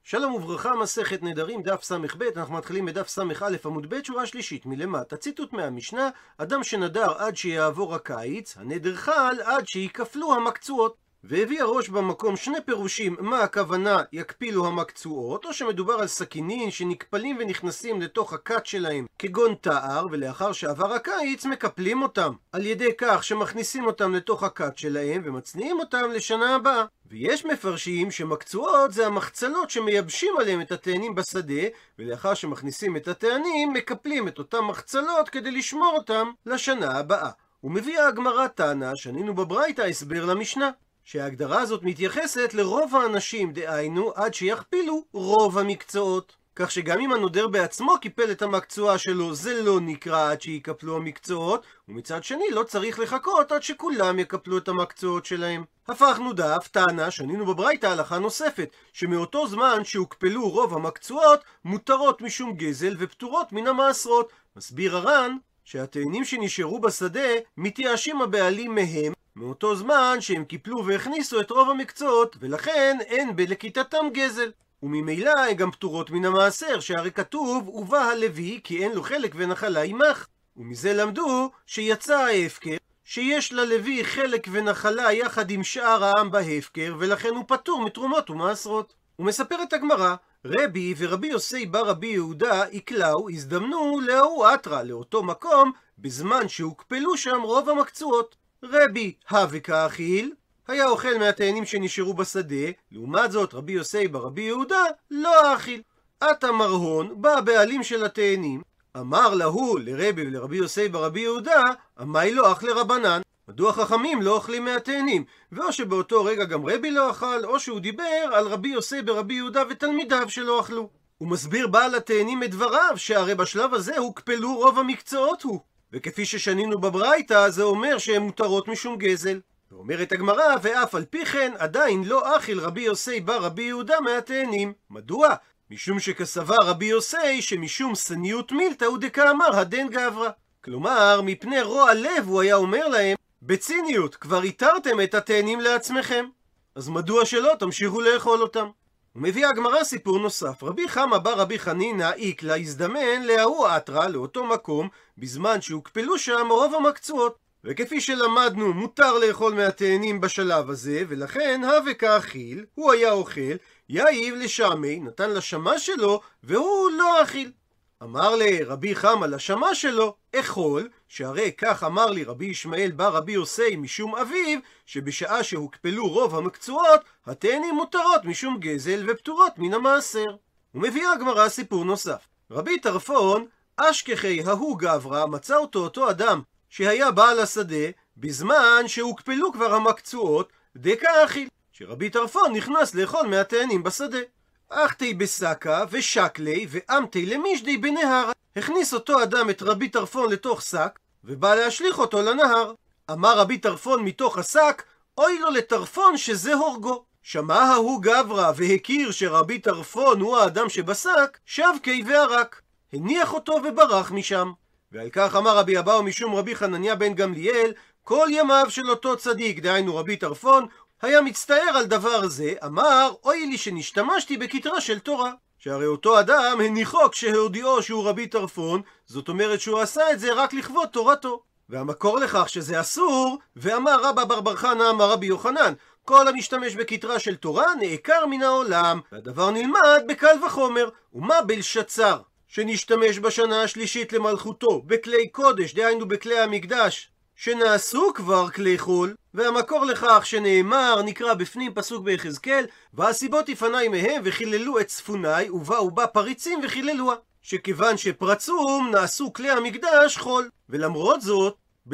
שלום וברכה, מסכת נדרים, דף ס"ב, אנחנו מתחילים בדף ס"א עמוד ב', שורה שלישית מלמטה. ציטוט מהמשנה: אדם שנדר עד שיעבור הקיץ, הנדר חל עד שיקפלו המקצועות. והביא הראש במקום שני פירושים מה הכוונה יקפילו המקצועות, או שמדובר על סכינים שנקפלים ונכנסים לתוך הכת שלהם כגון תער, ולאחר שעבר הקיץ מקפלים אותם על ידי כך שמכניסים אותם לתוך הכת שלהם ומצניעים אותם לשנה הבאה. ויש מפרשים שמקצועות זה המחצלות שמייבשים עליהם את התאנים בשדה, ולאחר שמכניסים את התאנים מקפלים את אותם מחצלות כדי לשמור אותם לשנה הבאה. ומביאה הגמרא תנא, שנינו בברייתא הסבר למשנה, שההגדרה הזאת מתייחסת לרוב האנשים, דהיינו עד שיכפילו רוב המקצועות. כך שגם אם הנודר בעצמו קיפל את המקצועה שלו, זה לא נקרא עד שיקפלו המקצועות, ומצד שני לא צריך לחכות עד שכולם יקפלו את המקצועות שלהם. הפכנו דף תנא, שנינו בברייתא הלכה נוספת, שמאותו זמן שהוקפלו רוב המקצועות, מותרות משום גזל ופטורות מן המעשרות. מסביר הר"ן שהתאנים שנשארו בשדה מתייאשים הבעלים מהם מאותו זמן שהם קיפלו והכניסו את רוב המקצועות, ולכן אין בלקיטתם גזל. וממילא הן גם פטורות מן המעשר, שהרי כתוב ובא הלוי כי אין לו חלק ונחלה עמך. ומזה למדו שיצא ההפקר, שיש ללוי חלק ונחלה יחד עם שאר העם בהפקר, ולכן הוא פטור מתרומות ומעשרות. ומספרת הגמרא: רבי ורבי יוסי בר רבי יהודה יקלעו, הזדמנו להוא אתרא, לאותו מקום, בזמן שהוקפלו שם רוב המקצועות. רבי וכאכיל היה אוכל מהתאנים שנשארו בשדה, לעומת זאת רבי יוסי בר רבי יהודה לא האכיל. עתה מרהון, בא הבעלים של התאנים, אמר להו, לרבי ולרבי יוסי בר רבי יהודה, אמי לא אך לרבנן, מדוע חכמים לא אוכלים מהתאנים? ואו שבאותו רגע גם רבי לא אכל, או שהוא דיבר על רבי יוסי בר רבי יהודה ותלמידיו שלא אכלו. הוא מסביר בעל התאנים את דבריו, שהרי בשלב הזה הוקפלו רוב המקצועות הוא, וכפי ששנינו בברייתא זה אומר שהן מותרות משום גזל. ואומרת הגמרא: ואף על פי כן עדיין לא אכיל רבי יוסי בר רבי יהודה מהתאנים. מדוע? משום שכסבר רבי יוסי שמשום סניות מילתא הוא דקאמר הדין גברא. כלומר מפני רוע לב הוא היה אומר להם בציניות: כבר התרתם את התאנים לעצמכם, אז מדוע שלא תמשיכו לאכול אותם? ומביאה הגמרא סיפור נוסף: רבי חמא בר רבי חנינא איקלא, הזדמן להוא אתרא, לאותו מקום, בזמן שהוקפלו שם רוב המקצועות. וכפי שלמדנו מותר לאכול מהתאנים בשלב הזה, ולכן וכאכיל, הוא היה אוכל, יאיב לשמי, נתן לשמה שלו, והוא לא אכיל. אמר לרבי חמא לשמה שלו: אכול, שהרי כך אמר לי רבי ישמעאל בר רבי יוסי משום אביו, שבשעה שהוקפלו רוב המקצועות, התאנים מותרות משום גזל ופטורות מן המעשר. ומביאה הגמרא סיפור נוסף: רבי טרפון אשכחי ההוא גברא, מצא אותו אדם שהיה בעל השדה בזמן שהוקפלו כבר המקצועות דקאכיל, שרבי טרפון נכנס לאכול מהתאנים בשדה. אחתי בסקה ושקלי ואמתי למישדי בנהר. הכניס אותו אדם את רבי טרפון לתוך שק ובא להשליך אותו לנהר. אמר רבי טרפון מתוך השק: אוי לו לטרפון שזה הורגו. שמע ההוא גברא והכיר שרבי טרפון הוא האדם שבשק, שבקי וערק, הניח אותו וברח משם. ועל כך אמר רבי אבאו משום רבי חנניה בן גמליאל: כל ימיו של אותו צדיק, דהיינו רבי טרפון, היה מצטער על דבר זה, אמר: אוי לי שנשתמשתי בכתרה של תורה. שהרי אותו אדם הניחו כשהודיעו שהוא רבי טרפון, זאת אומרת שהוא עשה את זה רק לכבוד תורתו. והמקור לכך שזה אסור, ואמר רבא בר בר חנא אמר רבי יוחנן: כל המשתמש בכתרה של תורה נעקר מן העולם. והדבר נלמד בקל וחומר. ומה בלשצר שנשתמש בשנה השלישית למלכותו בכלי קודש, דהיינו בכלי המקדש, שנעשו כבר כלי חול, והמקור לכך שנאמר, נקרא בפנים פסוק ביחזקאל: והסיבות יפני מהם וחיללו את צפוני, ובאו בה פריצים וחיללוה, שכיוון שפרצום נעשו כלי המקדש חול. ולמרות זאת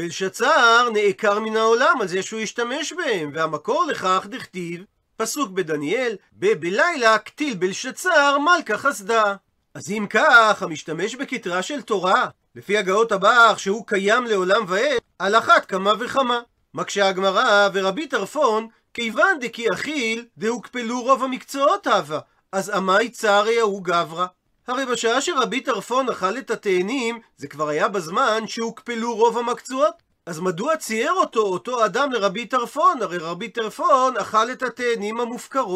בלשצר נעקר מן העולם על זה שהוא השתמש בהם, והמקור לכך דכתיב פסוק בדניאל: בלילה קטיל בלשצר מלכה חסדה. אז אם כך, המשתמש בכתרה של תורה לפי הגאות הבח שהוא קיים לעולם ועד, על אחת כמה וכמה. מקשה הגמרא: ורבי טרפון כיוון דקי אכיל דהוקפלו רוב המקצועות הווה, אז אמי צרי ההוא גברא. הרי בשעה שרבי טרפון אכל את התאנים זה כבר היה בזמן שהוקפלו רוב המקצועות, אז מדוע צייר אותו אדם לרבי טרפון? הרי רבי טרפון אכל את התאנים המופקרות.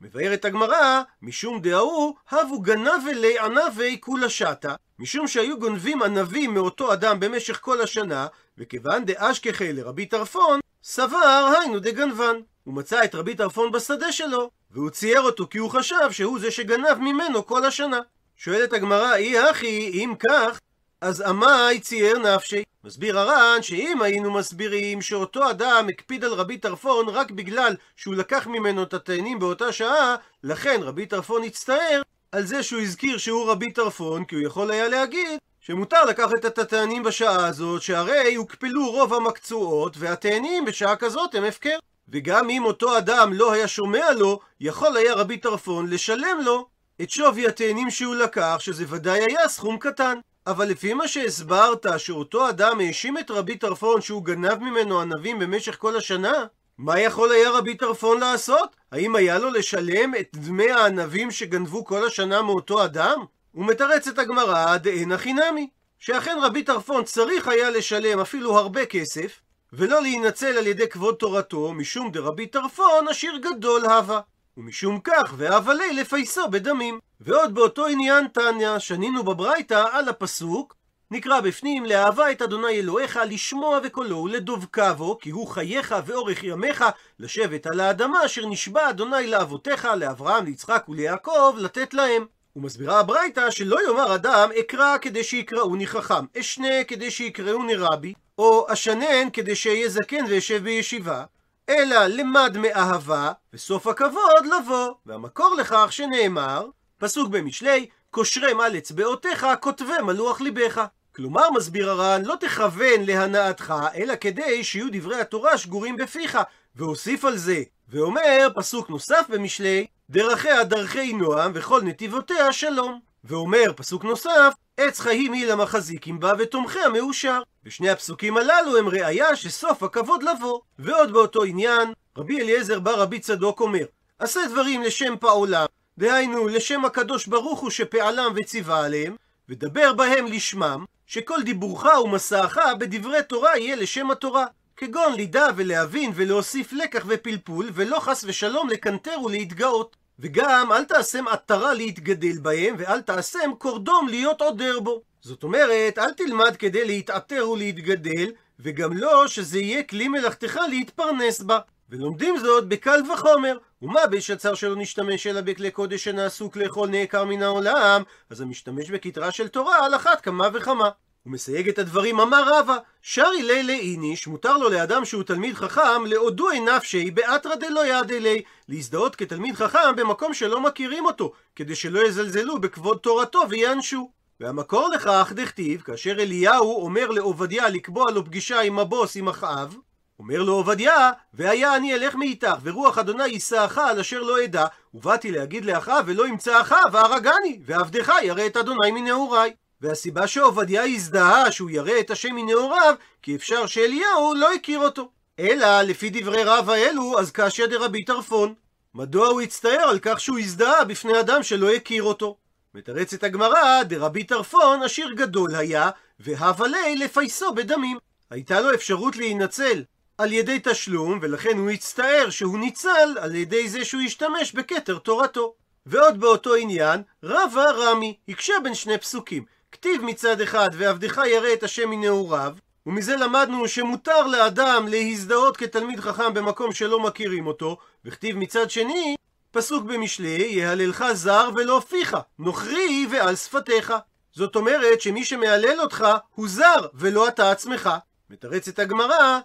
מבארת הגמרא, משום דאהו הבו גנבי ענבי כולה שתה, משום שהיו גונבים ענבים מאותו אדם במשך כל השנה, וכיוון דאשכחי לרבי טרפון, סבר היינו דגנבן. הוא מצא את רבי טרפון בשדה שלו, והוא צייר אותו כי הוא חשב שהוא זה שגנב ממנו כל השנה. שואלת הגמרא, אי אחי, אם כך, אז עמי צייר נפשי. מסביר הר"ן שאם היינו מסבירים שאותו אדם הקפיד על רבי טרפון רק בגלל שהוא לקח ממנו את התאנים באותה שעה, לכן רבי טרפון הצטער על זה שהוא הזכיר שהוא רבי טרפון, כי הוא יכול היה להגיד שמותר לקחת את התאנים בשעה הזאת, שהרי הוקפלו רוב המקצועות והתאנים בשעה כזאת הם הפקר. וגם אם אותו אדם לא היה שומע לו, יכול היה רבי טרפון לשלם לו את שווי התאנים שהוא לקח, שזה ודאי היה סכום קטן. אבל לפי מה שהסברת שאותו אדם האשים את רבי טרפון שהוא גנב ממנו ענבים במשך כל השנה, מה יכול היה רבי טרפון לעשות? האם היה לו לשלם את דמי הענבים שגנבו כל השנה מאותו אדם? הוא מתרץ את הגמרא דאין הכי נמי, שאכן רבי טרפון צריך היה לשלם אפילו הרבה כסף, ולא להינצל על ידי כבוד תורתו, משום דרבי טרפון עשיר גדול הווה. ומשום כך והווה ליה לפייסו בדמים. ועוד באותו עניין תניא, שנינו בברייתא על הפסוק, נקרא בפנים, לאהבה את אדוני אלוהיך, לשמוע וקולו ולדבקה בו, כי הוא חייך ואורך ימיך, לשבת על האדמה אשר נשבע אדוני לאבותיך, לאברהם, ליצחק וליעקב, לתת להם. ומסבירה הברייתא שלא יאמר אדם אקרא כדי שיקראוני חכם, אשנה כדי שיקראוני רבי, או אשנן כדי שאהיה זקן ואשב בישיבה, אלא למד מאהבה, וסוף הכבוד לבוא. והמקור לכך שנאמר, פסוק במשלי, קושרם על אצבעותיך, כותבם על לוח ליבך. כלומר, מסביר הר"ן, לא תכוון להנאתך, אלא כדי שיהיו דברי התורה שגורים בפיך. והוסיף על זה, ואומר, פסוק נוסף במשלי, דרכיה דרכי נועם, וכל נתיבותיה שלום. ואומר, פסוק נוסף, עץ חיים היא למחזיקים בה, ותומכיה מאושר. ושני הפסוקים הללו הם ראיה שסוף הכבוד לבוא. ועוד באותו עניין, רבי אליעזר בר רבי צדוק אומר, עשה דברים לשם פעולם, דהיינו לשם הקדוש ברוך הוא שפעלם וציווה עליהם, ודבר בהם לשמם, שכל דיבורך ומסעך בדברי תורה יהיה לשם התורה, כגון לידע ולהבין ולהוסיף לקח ופלפול, ולא חס ושלום לקנטר ולהתגאות. וגם אל תעשם עטרה להתגדל בהם, ואל תעשם קורדום להיות עודר בו. זאת אומרת, אל תלמד כדי להתעטר ולהתגדל, וגם לא שזה יהיה כלי מלאכתך להתפרנס בה. ולומדים זאת בקל וחומר. ומה בשצר שלא נשתמש אלא בכלי קודש שנעשו כלי חול נעקר מן העולם, אז המשתמש בכתרה של תורה על אחת כמה וכמה. הוא מסייג את הדברים, אמר רבא, שרי לי לאיניש, מותר לו לאדם שהוא תלמיד חכם, להודוי נפשי באתרא דלא יעדי לי, להזדהות כתלמיד חכם במקום שלא מכירים אותו, כדי שלא יזלזלו בכבוד תורתו ויענשו. והמקור לכך דכתיב, כאשר אליהו אומר לעובדיה לקבוע לו פגישה עם הבוס, עם אחאב, אומר לו עובדיה, והיה אני אלך מאיתך, ורוח אדוני יישאך על אשר לא אדע, ובאתי להגיד לאחאב ולא ימצא אחאב, והרגני, ועבדך ירא את אדוני מנעוריי. והסיבה שעובדיה הזדהה שהוא ירא את השם מנעוריו, כי אפשר שאליהו לא הכיר אותו. אלא לפי דברי רבא אלו, אז כאשר דרבי טרפון, מדוע הוא הצטער על כך שהוא הזדהה בפני אדם שלא הכיר אותו? מתרצת הגמרא, דרבי טרפון עשיר גדול היה, והווה ליה לפייסו בדמים. הייתה לו אפשרות להינצל על ידי תשלום, ולכן הוא הצטער שהוא ניצל על ידי זה שהוא השתמש בכתר תורתו. ועוד באותו עניין, רבא רמי, הקשה בין שני פסוקים. כתיב מצד אחד, ועבדך ירא את השם מנעוריו, ומזה למדנו שמותר לאדם להזדהות כתלמיד חכם במקום שלא מכירים אותו, וכתיב מצד שני, פסוק במשלי, יהללך זר ולא פיך, נוכרי ועל שפתיך. זאת אומרת שמי שמהלל אותך הוא זר ולא אתה עצמך. מתרצת הגמרא,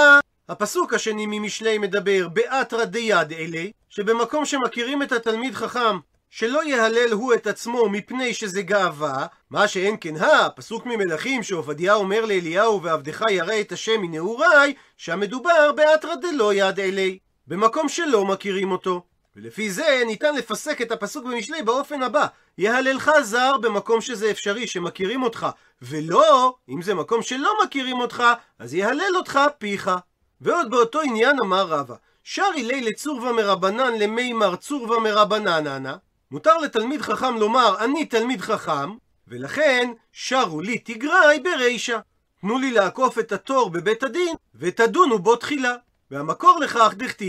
הפסוק השני ממשלי מדבר באתרא דיד אלי, שבמקום שמכירים את התלמיד חכם שלא יהלל הוא את עצמו מפני שזה גאווה, מה שאין כן הפסוק ממלכים שעובדיה אומר לאליהו ועבדך ירא את השם מנעוריי, שם מדובר באתרא דלא יד אלי, במקום שלא מכירים אותו. ולפי זה ניתן לפסק את הפסוק במשלי באופן הבא, יהללך זר במקום שזה אפשרי שמכירים אותך, ולא, אם זה מקום שלא מכירים אותך, אז יהלל אותך פיך. ועוד באותו עניין אמר רבא, שרי לי לצורבא מרבנן למימר צורבא מרבנן, מותר לתלמיד חכם לומר אני תלמיד חכם, ולכן שרו לי תגראי ברישא, תנו לי לעקוף את התור בבית הדין ותדונו בו תחילה. והמקור לכך דכתיב,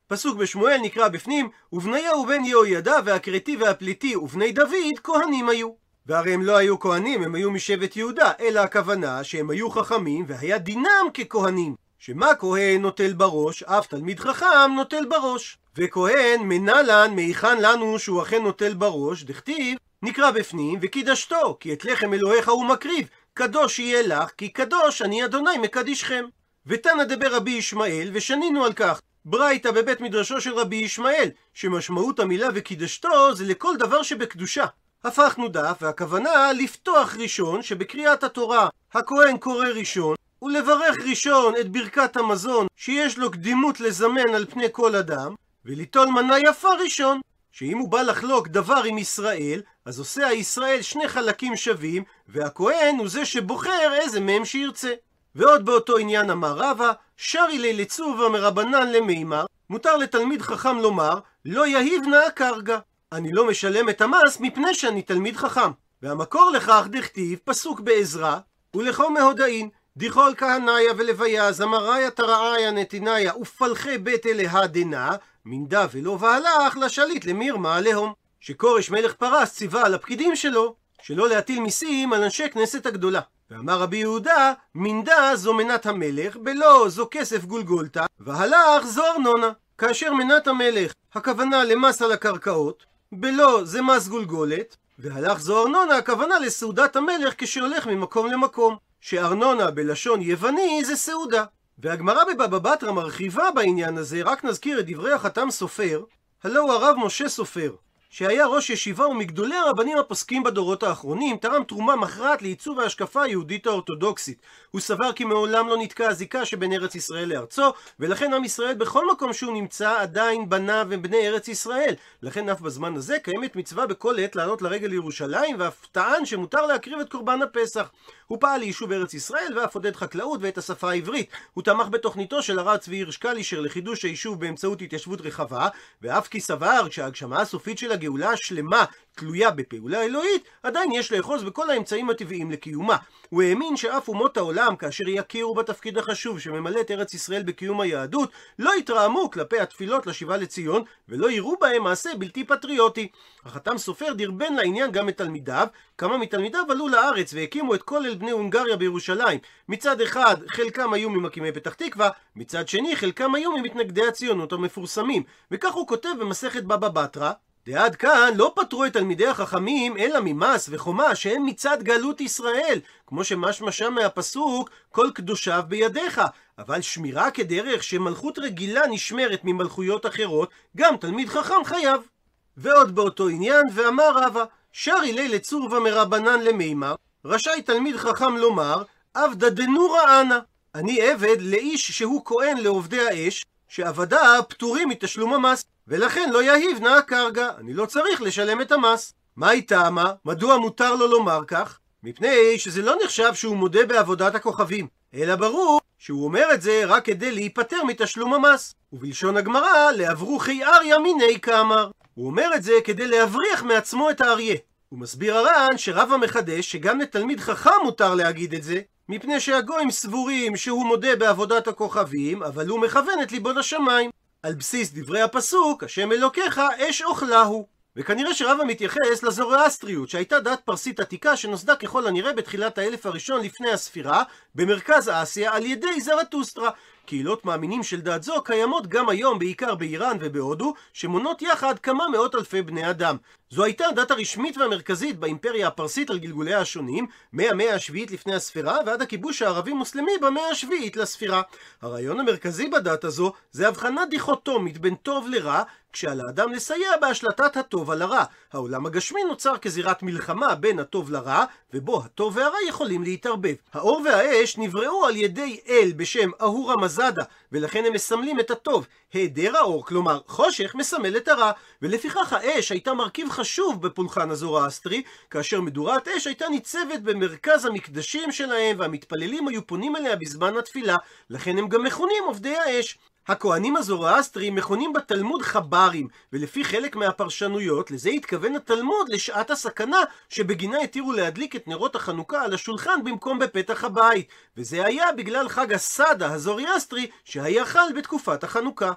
פסוק בשמואל נקרא בפנים, ובניהו בן יהוידע והכרתי והפליטי ובני דוד כהנים היו. והרי הם לא היו כהנים, הם היו משבט יהודה, אלא הכוונה שהם היו חכמים והיה דינם ככהנים. שמה כהן נוטל בראש, אף תלמיד חכם נוטל בראש. וכהן מנלן מהיכן לנו שהוא אכן נוטל בראש, דכתיב נקרא בפנים, וקידשתו, כי את לחם אלוהיך הוא מקריב, קדוש יהיה לך, כי קדוש אני אדוני מקדישכם. ותנא דבר רבי ישמעאל, ושנינו על כך. ברייתא בבית מדרשו של רבי ישמעאל, שמשמעות המילה וקידשתו זה לכל דבר שבקדושה. הפכנו דף, והכוונה לפתוח ראשון שבקריאת התורה הכהן קורא ראשון, ולברך ראשון את ברכת המזון שיש לו קדימות לזמן על פני כל אדם, וליטול מנה יפה ראשון, שאם הוא בא לחלוק דבר עם ישראל, אז עושה הישראל שני חלקים שווים, והכהן הוא זה שבוחר איזה מהם שירצה. ועוד באותו עניין אמר רבא, שרי לי לצובה מרבנן למימר, מותר לתלמיד חכם לומר, לא יהיב נא קרגה. אני לא משלם את המס מפני שאני תלמיד חכם. והמקור לכך דכתיב, פסוק בעזרא, ולכו מהודאין, דיכול כהניה ולוויה, זמריה תרעיה נתיניה, ופלחי בית אליה דנה, מנדה ולא והלך לשליט למרמה עליהם. שכורש מלך פרס ציווה על הפקידים שלו, שלא להטיל מיסים על אנשי כנסת הגדולה. ואמר רבי יהודה, מנדה זו מנת המלך, בלא זו כסף גולגולתא, והלך זו ארנונה. כאשר מנת המלך הכוונה למס על הקרקעות, בלא זה מס גולגולת, והלך זו ארנונה הכוונה לסעודת המלך כשהולך ממקום למקום, שארנונה בלשון יווני זה סעודה. והגמרא בבבא בתרא מרחיבה בעניין הזה, רק נזכיר את דברי החתם סופר, הלא הוא הרב משה סופר, שהיה ראש ישיבה ומגדולי הרבנים הפוסקים בדורות האחרונים, תרם תרומה מכרעת לעיצוב ההשקפה היהודית האורתודוקסית. הוא סבר כי מעולם לא נתקע הזיקה שבין ארץ ישראל לארצו, ולכן עם ישראל בכל מקום שהוא נמצא עדיין בניו ובני ארץ ישראל. לכן אף בזמן הזה קיימת מצווה בכל עת לעלות לרגל לירושלים, ואף טען שמותר להקריב את קורבן הפסח. הוא פעל ליישוב ארץ ישראל ואף עודד חקלאות ואת השפה העברית. הוא תמך בתוכניתו של הרב צבי הירש קלישר לחידוש היישוב באמצעות התיישבות רחבה, ואף כי סבר כשההגשמה הסופית של הגאולה השלמה תלויה בפעולה אלוהית, עדיין יש לאחוז בכל האמצעים הטבעיים לקיומה. הוא האמין שאף אומות העולם, כאשר יכירו בתפקיד החשוב שממלא את ארץ ישראל בקיום היהדות, לא יתרעמו כלפי התפילות לשיבה לציון, ולא יראו בהם מעשה בלתי פטריוטי. החתם סופר דרבן לעניין גם את תלמידיו. כמה מתלמידיו עלו לארץ והקימו את כולל בני הונגריה בירושלים. מצד אחד חלקם היו ממקימי פתח תקווה, מצד שני חלקם היו ממתנגדי הציונות המפורסמים. וכך הוא כותב במסכת בבא בתרא, ועד כאן לא פטרו את תלמידי החכמים אלא ממס וחומה שהם מצד גלות ישראל, כמו שמשמע שם מהפסוק כל קדושיו בידיך. אבל שמירה כדרך שמלכות רגילה נשמרת ממלכויות אחרות, גם תלמיד חכם חייב. ועוד באותו עניין, ואמר רבא, שרי לי לצורבה מרבנן למימר, רשאי תלמיד חכם לומר, עבדא דנורא אנא, אני עבד לאיש שהוא כהן לעובדי האש, שעבדיו פטורים מתשלום המס, ולכן לא יהיב נא קרגה, אני לא צריך לשלם את המס. מה היא טעמה? מדוע מותר לו לומר כך? מפני שזה לא נחשב שהוא מודה בעבודת הכוכבים, אלא ברור שהוא אומר את זה רק כדי להיפטר מתשלום המס. ובלשון הגמרא, לעברוכי אריה מיני כאמר. הוא אומר את זה כדי להבריח מעצמו את האריה. הוא מסביר הר"ן שרב המחדש שגם לתלמיד חכם מותר להגיד את זה, מפני שהגויים סבורים שהוא מודה בעבודת הכוכבים, אבל הוא מכוון את ליבו לשמיים. על בסיס דברי הפסוק, השם אלוקיך אש אוכלהו. וכנראה שרבא מתייחס לזורואסטריות, שהייתה דת פרסית עתיקה שנוסדה ככל הנראה בתחילת האלף הראשון לפני הספירה, במרכז אסיה על ידי זרטוסטרה. קהילות מאמינים של דת זו קיימות גם היום בעיקר באיראן ובהודו, שמונות יחד כמה מאות אלפי בני אדם. זו הייתה הדת הרשמית והמרכזית באימפריה הפרסית על גלגוליה השונים, מהמאה השביעית לפני הספירה ועד הכיבוש הערבי-מוסלמי במאה השביעית לספירה. הרעיון המרכזי בדת הזו זה הבחנה דיכוטומית בין טוב לרע, כשעל האדם לסייע בהשלטת הטוב על הרע. העולם הגשמי נוצר כזירת מלחמה בין הטוב לרע, ובו הטוב והרע יכולים להתערבב. האור והאש נבראו על ידי אל בשם אהורה מזדה, ולכן הם מסמלים את הטוב. היעדר האור, כלומר חושך, מסמל את הרע, ולפיכך האש הייתה מרכיב חשוב בפולחן הזורואסטרי, כאשר מדורת אש הייתה ניצבת במרכז המקדשים שלהם, והמתפללים היו פונים אליה בזמן התפילה, לכן הם גם מכונים עובדי האש. הכהנים הזורואסטרים מכונים בתלמוד חברים, ולפי חלק מהפרשנויות לזה התכוון התלמוד לשעת הסכנה שבגינה התירו להדליק את נרות החנוכה על השולחן במקום בפתח הבית, וזה היה בגלל חג הסדה הזורואסטרי שהיה חל בתקופת החנוכה.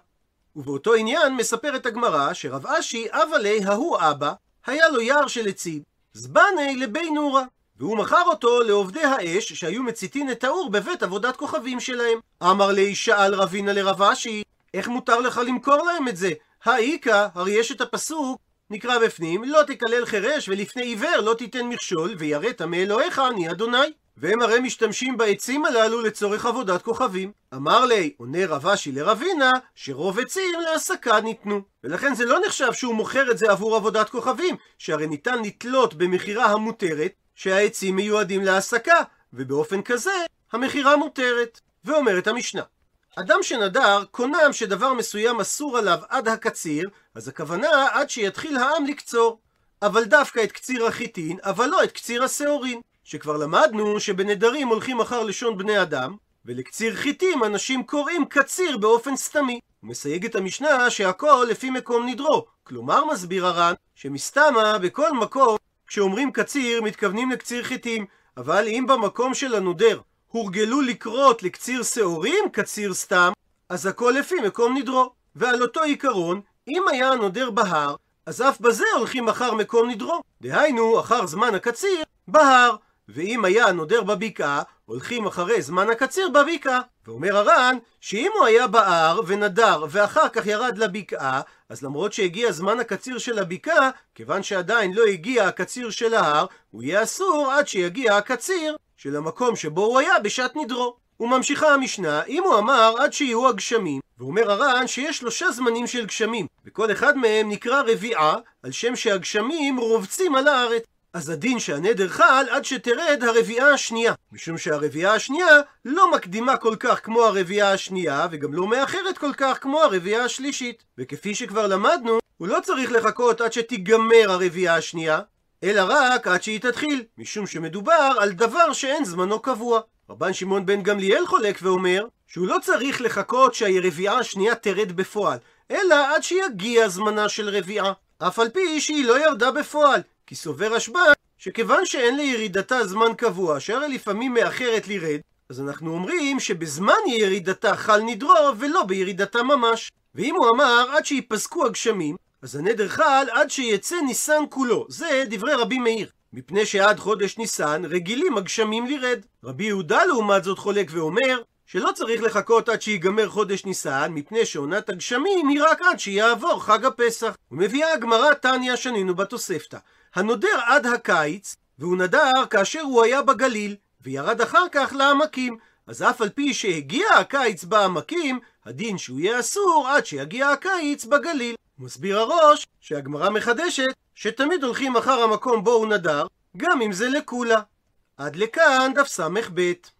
ובאותו עניין מספרת הגמרא שרב אשי אבא לי ההוא אבא, היה לו יער של עצים, זבני לבי נורה, והוא מכר אותו לעובדי האש שהיו מציתין את האור בבית עבודת כוכבים שלהם. אמר לי, שאל רבינה לרב אשי, איך מותר לך למכור להם את זה? האיכא, הרי יש את הפסוק, נקרא בפנים, לא תקלל חירש ולפני עיוור לא תיתן מכשול, ויראת מאלוהיך אני אדוני. והם הרי משתמשים בעצים הללו לצורך עבודת כוכבים. אמר לי, עונה רב אשי לרבינה, שרוב עצים להסקה ניתנו. ולכן זה לא נחשב שהוא מוכר את זה עבור עבודת כוכבים, שהרי ניתן לתלות במחירה המותרת, שהעצים מיועדים להסקה, ובאופן כזה המחירה מותרת. ואומרת המשנה, אדם שנדר קונם שדבר מסוים אסור עליו עד הקציר, אז הכוונה עד שיתחיל העם לקצור. אבל דווקא את קציר החיטין, אבל לא את קציר השעורין. שכבר למדנו שבנדרים הולכים אחר לשון בני אדם, ולקציר חיטים אנשים קוראים קציר באופן סתמי. ומסייג את המשנה שהכל לפי מקום נדרו. כלומר מסביר הר"ן שמסתמה בכל מקום כשאומרים קציר מתכוונים לקציר חיטים, אבל אם במקום של הנודר הורגלו לקרות לקציר שעורים קציר סתם, אז הכל לפי מקום נדרו. ועל אותו עיקרון, אם היה הנודר בהר, אז אף בזה הולכים אחר מקום נדרו. דהיינו, אחר זמן הקציר בהר. ואם היה הנודר בבקעה, הולכים אחרי זמן הקציר בבקעה. ואומר הר"ן, שאם הוא היה בהר ונדר ואחר כך ירד לבקעה, אז למרות שהגיע זמן הקציר של הבקעה, כיוון שעדיין לא הגיע הקציר של ההר, הוא יהיה אסור עד שיגיע הקציר של המקום שבו הוא היה בשעת נדרו. וממשיכה המשנה, אם הוא אמר עד שיהיו הגשמים, ואומר הר"ן שיש 3 זמנים של גשמים, וכל אחד מהם נקרא רביעה, על שם שהגשמים רובצים על הארץ. אז הדין שהנדר חל עד שתרד הרביעה השנייה, משום שהרביעה השנייה לא מקדימה כל כך כמו הרביעה השנייה, וגם לא מאחרת כל כך כמו הרביעה השלישית. וכפי שכבר למדנו, הוא לא צריך לחכות עד שתיגמר הרביעה השנייה, אלא רק עד שהיא תתחיל, משום שמדובר על דבר שאין זמנו קבוע. רבן שמעון בן גמליאל חולק ואומר שהוא לא צריך לחכות שהרביעה השנייה תרד בפועל, אלא עד שיגיע זמנה של רביעה, אף על פי שהיא לא ירדה בפועל. כי סובר רשב"ן שכיוון שאין לירידתה זמן קבוע, שהרי לפעמים מאחרת לירד, אז אנחנו אומרים שבזמן ירידתה חל נדרו ולא בירידתה ממש. ואם הוא אמר עד שיפסקו הגשמים, אז הנדר חל עד שיצא ניסן כולו. זה דברי רבי מאיר, מפני שעד חודש ניסן רגילים הגשמים לירד. רבי יהודה לעומת זאת חולק ואומר שלא צריך לחכות עד שיגמר חודש ניסן, מפני שעונת הגשמים היא רק עד שיעבור חג הפסח. ומביאה הגמרא תניא שנינו בתוספתא, הנודר עד הקיץ, והוא נדר כאשר הוא היה בגליל, וירד אחר כך לעמקים. אז אף על פי שהגיע הקיץ בעמקים, הדין שהוא יהיה אסור עד שיגיע הקיץ בגליל. מסביר הראש שהגמרא מחדשת שתמיד הולכים אחר המקום בו הוא נדר, גם אם זה לקולה. עד לכאן דף ס"ב.